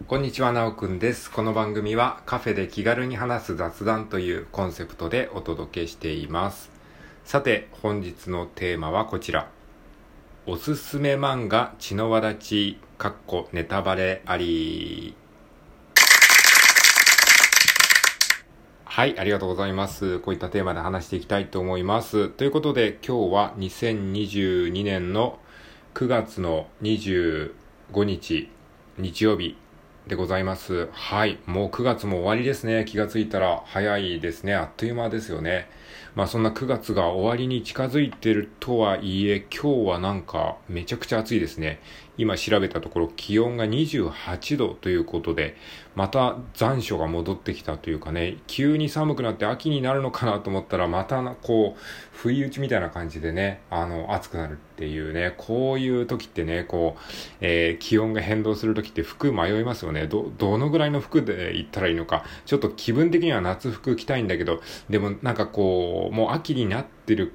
こんにちは、なおくんです。この番組はカフェで気軽に話す雑談というコンセプトでお届けしています。さて、本日のテーマはこちら。おすすめ漫画血の輪立ちネタバレあり。はい、ありがとうございます。こういったテーマで話していきたいと思います。ということで、今日は2022年の9月の25日、日曜日でございます。はい。もう9月も終わりですね。気がついたら早いですね。あっという間ですよね。そんな9月が終わりに近づいてるとはいえ、今日はなんかめちゃくちゃ暑いですね。今調べたところ気温が28度ということで、また残暑が戻ってきたというかね、急に寒くなって秋になるのかなと思ったら、また不意打ちみたいな感じでね、暑くなるっていうね、こういう時ってね、気温が変動する時って服迷いますよね。どのぐらいの服で行ったらいいのか。ちょっと気分的には夏服着たいんだけど、でももう秋になってる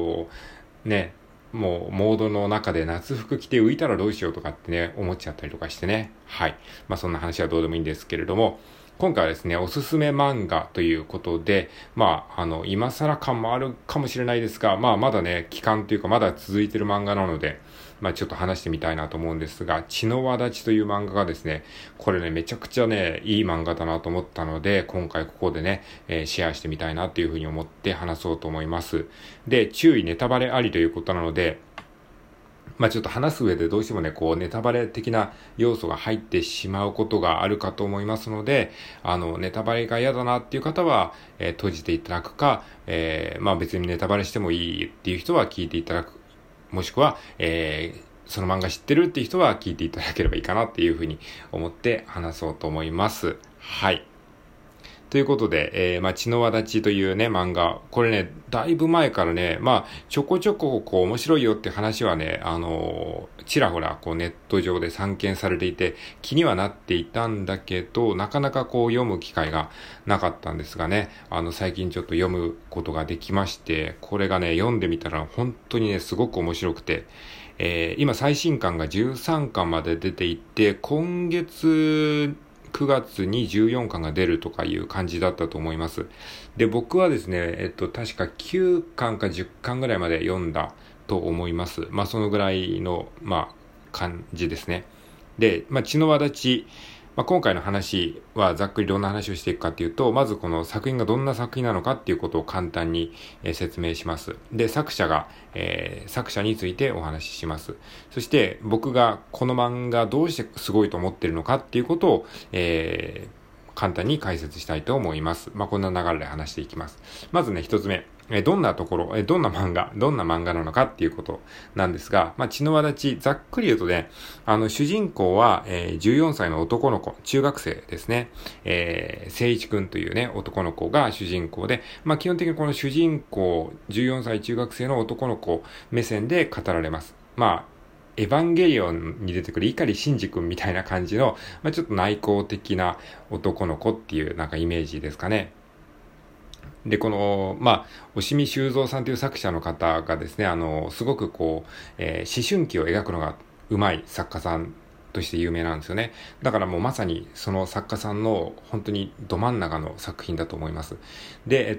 もうモードの中で夏服着て浮いたらどうしようとかってね、思っちゃったりとかしてね。はい。そんな話はどうでもいいんですけれども、今回はですね、おすすめ漫画ということで、今更感もあるかもしれないですが、まだね、期間というかまだ続いてる漫画なので、ちょっと話してみたいなと思うんですが、血の輪立ちという漫画がですね、これね、めちゃくちゃね、いい漫画だなと思ったので、今回ここでね、シェアしてみたいなというふうに思って話そうと思います。で、注意ネタバレありということなので、ちょっと話す上でどうしてもね、ネタバレ的な要素が入ってしまうことがあるかと思いますので、ネタバレが嫌だなっていう方は、閉じていただくか、別にネタバレしてもいいっていう人は聞いていただく。もしくは、その漫画知ってるっていう人は聞いていただければいいかなっていうふうに思って話そうと思います。はい。ということで、血の輪立ちというね、漫画。これね、だいぶ前からね、ちょこちょこ面白いよって話はね、ちらほらネット上で散見されていて、気にはなっていたんだけど、なかなか読む機会がなかったんですがね、最近ちょっと読むことができまして、これがね、読んでみたら本当にね、すごく面白くて、今最新巻が13巻まで出ていて、今月9月に14巻が出るとかいう感じだったと思います。で、僕はですね、確か9巻か10巻ぐらいまで読んだと思います。そのぐらいの、感じですね。で、血の輪立ち、今回の話はざっくりどんな話をしていくかっていうと、まずこの作品がどんな作品なのかっていうことを簡単に、説明します。で、作者についてお話しします。そして僕がこの漫画どうしてすごいと思ってるのかっていうことを、簡単に解説したいと思います。こんな流れで話していきます。まずね、一つ目。どんな漫画なのかっていうことなんですが、血の輪立ち、ざっくり言うとね、主人公は、14歳の男の子、中学生ですね。聖一くんというね、男の子が主人公で、基本的にこの主人公、14歳中学生の男の子目線で語られます。エヴァンゲリオンに出てくる碇シンジ君みたいな感じの、ちょっと内向的な男の子っていうイメージですかね。で、押見修造さんという作者の方がですね、すごく思春期を描くのが上手い作家さんとして有名なんですよね。だからもうまさにその作家さんの本当にど真ん中の作品だと思います。で、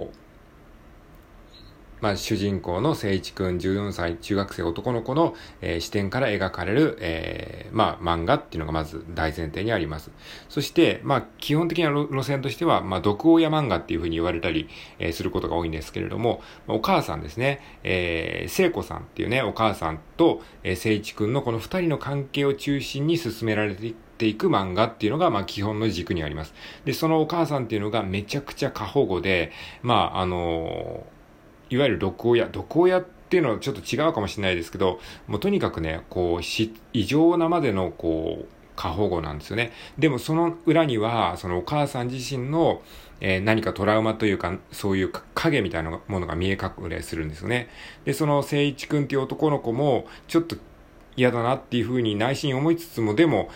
主人公の聖一くん14歳中学生男の子の、視点から描かれる、漫画っていうのがまず大前提にあります。そして、基本的な路線としては、毒親漫画っていうふうに言われたり、することが多いんですけれども、お母さんですね、聖子さんっていうね、お母さんと、聖一くんのこの二人の関係を中心に進められていく漫画っていうのが、基本の軸にあります。で、そのお母さんっていうのがめちゃくちゃ過保護で、いわゆる毒親っていうのはちょっと違うかもしれないですけど、もうとにかくね、異常なまでの過保護なんですよね。でもその裏には、そのお母さん自身の、何かトラウマというか、そういう影みたいなものが見え隠れするんですよね。で、その聖一くんっていう男の子も、ちょっと嫌だなっていうふうに内心思いつつも、でも、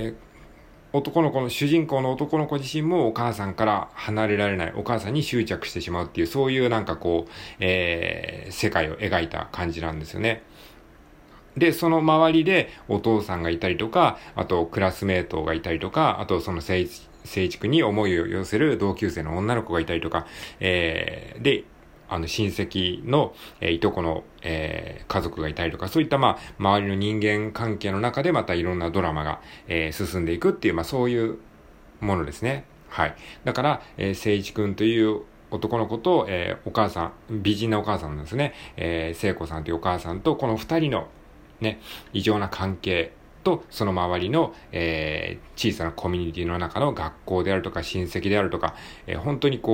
主人公の男の子自身もお母さんから離れられない、お母さんに執着してしまうっていう、そういう世界を描いた感じなんですよね。 で、その周りでお父さんがいたりとか、あとクラスメートがいたりとか、あとその成畜に思いを寄せる同級生の女の子がいたりとか、で、親戚の、いとこの、家族がいたりとか、そういった周りの人間関係の中でまたいろんなドラマが、進んでいくっていう、そういうものですね。はい。だから、聖一くんという男の子と、お母さん、美人なお母さんなんですね。聖子さんというお母さんと、この二人のね、異常な関係と、その周りの、小さなコミュニティの中の学校であるとか、親戚であるとか、本当に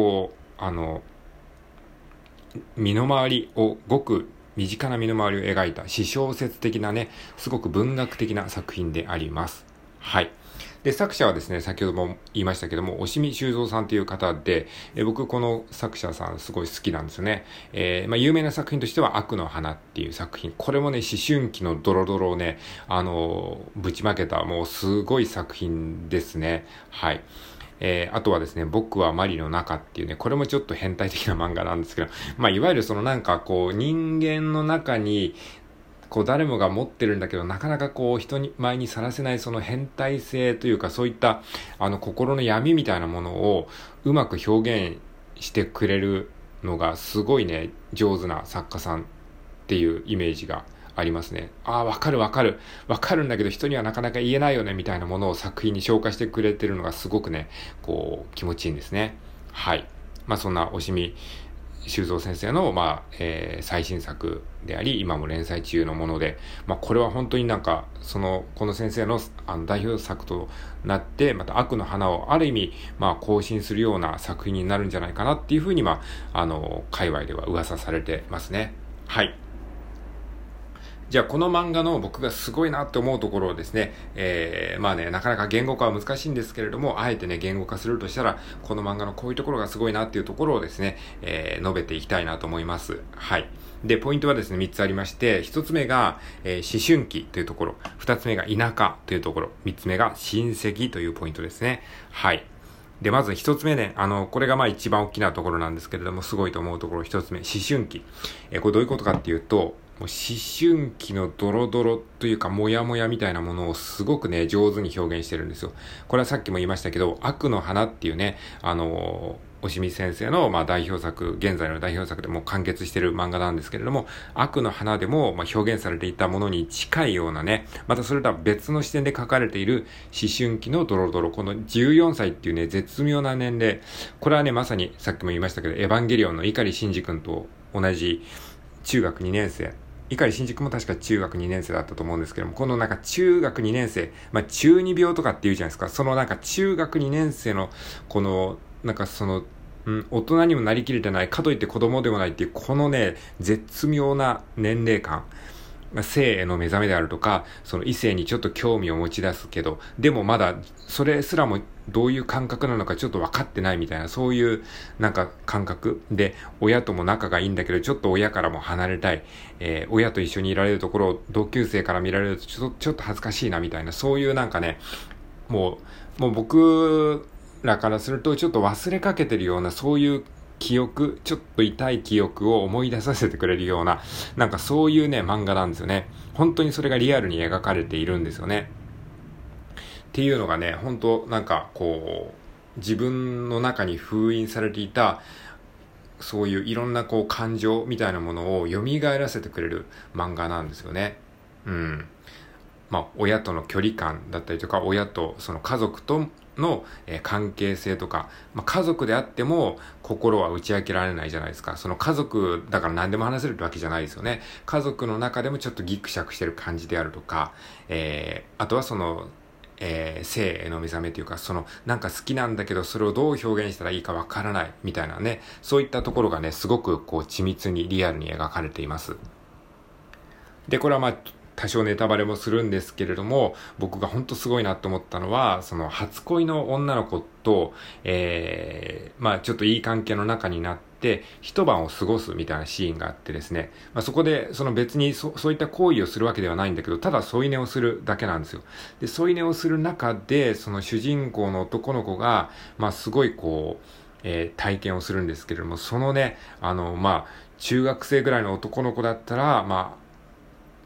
身の回りを、ごく身近な身の回りを描いた私小説的なね、すごく文学的な作品であります。はい。で、作者はですね、先ほども言いましたけども、押見修造さんという方で、僕この作者さんすごい好きなんですよね。有名な作品としては悪の花っていう作品。これもね、思春期のドロドロをね、ぶちまけたもうすごい作品ですね。はい。あとはですね、僕はマリの中っていうね、これもちょっと変態的な漫画なんですけど、いわゆるその人間の中に、誰もが持ってるんだけど、なかなか人に前にさらせないその変態性というか、そういった、心の闇みたいなものをうまく表現してくれるのが、すごいね、上手な作家さんっていうイメージがありますね。わかるんだけど、人にはなかなか言えないよね、みたいなものを作品に紹介してくれてるのがすごくね、気持ちいいんですね。はい。そんな押見修造先生の、最新作であり、今も連載中のもので、これは本当にこの先生の、代表作となって、また悪の花をある意味、更新するような作品になるんじゃないかなっていうふうに、界隈では噂されてますね。はい。じゃあこの漫画の僕がすごいなって思うところをですね、なかなか言語化は難しいんですけれども、あえてね、言語化するとしたら、この漫画のこういうところがすごいなっていうところをですね、述べていきたいなと思います。はい。で、ポイントはですね、3つありまして、1つ目が、思春期というところ、2つ目が田舎というところ、3つ目が親戚というポイントですね。はい。で、まず一つ目ね、これが一番大きなところなんですけれども、すごいと思うところ一つ目、思春期。これどういうことかっていうと、もう思春期のドロドロというか、モヤモヤみたいなものをすごくね、上手に表現してるんですよ。これはさっきも言いましたけど、悪の花っていうね、押見先生の、代表作、現在の代表作でも完結している漫画なんですけれども、悪の花でも、表現されていたものに近いようなね、またそれとは別の視点で書かれている思春期のドロドロ、この14歳っていうね、絶妙な年齢、これはね、まさにさっきも言いましたけど、エヴァンゲリオンの碇シンジ君と同じ中学2年生、碇シンジ君も確か中学2年生だったと思うんですけども、この中学2年生、中二病とかって言うじゃないですか。その中学2年生の、この、大人にもなりきれてない、かといって子供でもないっていう、このね、絶妙な年齢感。性への目覚めであるとか、その異性にちょっと興味を持ち出すけど、でもまだ、それすらもどういう感覚なのかちょっと分かってないみたいな、そういう感覚で、親とも仲がいいんだけど、ちょっと親からも離れたい、親と一緒にいられるところを同級生から見られるとちょっと恥ずかしいなみたいな、そういうもう僕らからするとちょっと忘れかけてるような、そういう記憶、ちょっと痛い記憶を思い出させてくれるような、そういうね、漫画なんですよね。本当にそれがリアルに描かれているんですよね。っていうのがね、本当自分の中に封印されていた、そういういろんな感情みたいなものを蘇らせてくれる漫画なんですよね。うん。親との距離感だったりとか、親とその家族との関係性とか、家族であっても心は打ち明けられないじゃないですか。その家族だから何でも話せるわけじゃないですよね。家族の中でもちょっとギクシャクしてる感じであるとか、あとは性への目覚めというか、好きなんだけどそれをどう表現したらいいかわからないみたいなね、そういったところがね、すごく緻密にリアルに描かれています。で、これは多少ネタバレもするんですけれども、僕が本当すごいなと思ったのは、その初恋の女の子と、ちょっといい関係の中になって、一晩を過ごすみたいなシーンがあってですね、そこで、別にそういった行為をするわけではないんだけど、ただ添い寝をするだけなんですよ。で、添い寝をする中で、その主人公の男の子が、すごい体験をするんですけれども、そのね、中学生ぐらいの男の子だったら、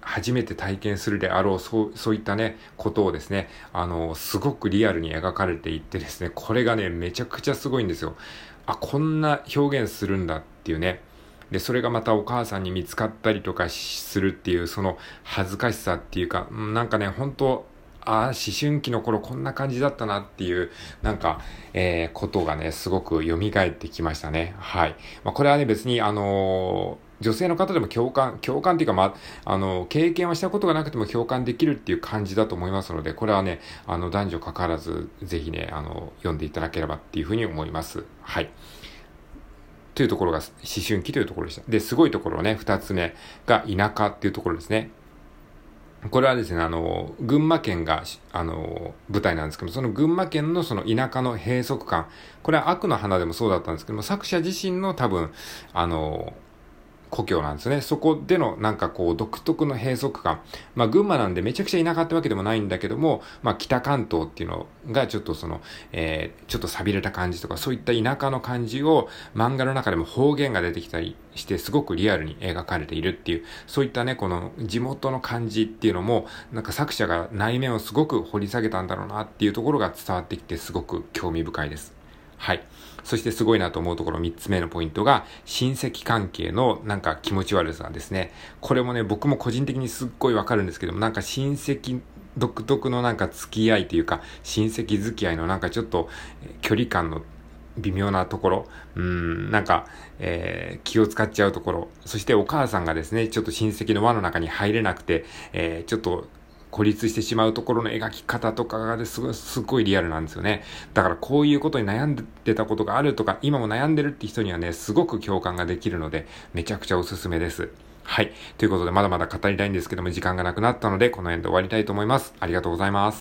初めて体験するであろう、そういったね、ことをですね、すごくリアルに描かれていってですね、これがね、めちゃくちゃすごいんですよ。こんな表現するんだっていうね。で、それがまたお母さんに見つかったりとかするっていう、その恥ずかしさっていうか、なんかね、本当思春期の頃こんな感じだったなっていう、なんか、ことがね、すごく蘇ってきましたね。はい。これはね、別に、女性の方でも共感っていうか、経験はしたことがなくても共感できるっていう感じだと思いますので、これはね、男女関わらず、ぜひね、読んでいただければっていうふうに思います。はい。というところが思春期というところでした。で、すごいところね、二つ目が田舎っていうところですね。これはですね、群馬県が、舞台なんですけども、その群馬県のその田舎の閉塞感、これは悪の花でもそうだったんですけども、作者自身の多分、故郷なんですね。そこでのなんかこう独特の閉塞感。群馬なんでめちゃくちゃ田舎ってわけでもないんだけども、北関東っていうのがちょっとちょっと寂れた感じとか、そういった田舎の感じを漫画の中でも方言が出てきたりして、すごくリアルに描かれているっていう、そういったね、この地元の感じっていうのも、なんか作者が内面をすごく掘り下げたんだろうなっていうところが伝わってきて、すごく興味深いです。はい。そしてすごいなと思うところ3つ目のポイントが、親戚関係のなんか気持ち悪さですね。これもね、僕も個人的にすっごいわかるんですけども、なんか親戚独特のなんか付き合いというか、親戚付き合いのなんかちょっと距離感の微妙なところ、なんか、気を使っちゃうところ、そしてお母さんがですね、ちょっと親戚の輪の中に入れなくて、ちょっと孤立してしまうところの描き方とかがすごいリアルなんですよね。だからこういうことに悩んでたことがあるとか、今も悩んでるって人にはね、すごく共感ができるので、めちゃくちゃおすすめです。はい。ということで、まだまだ語りたいんですけども、時間がなくなったので、この辺で終わりたいと思います。ありがとうございます。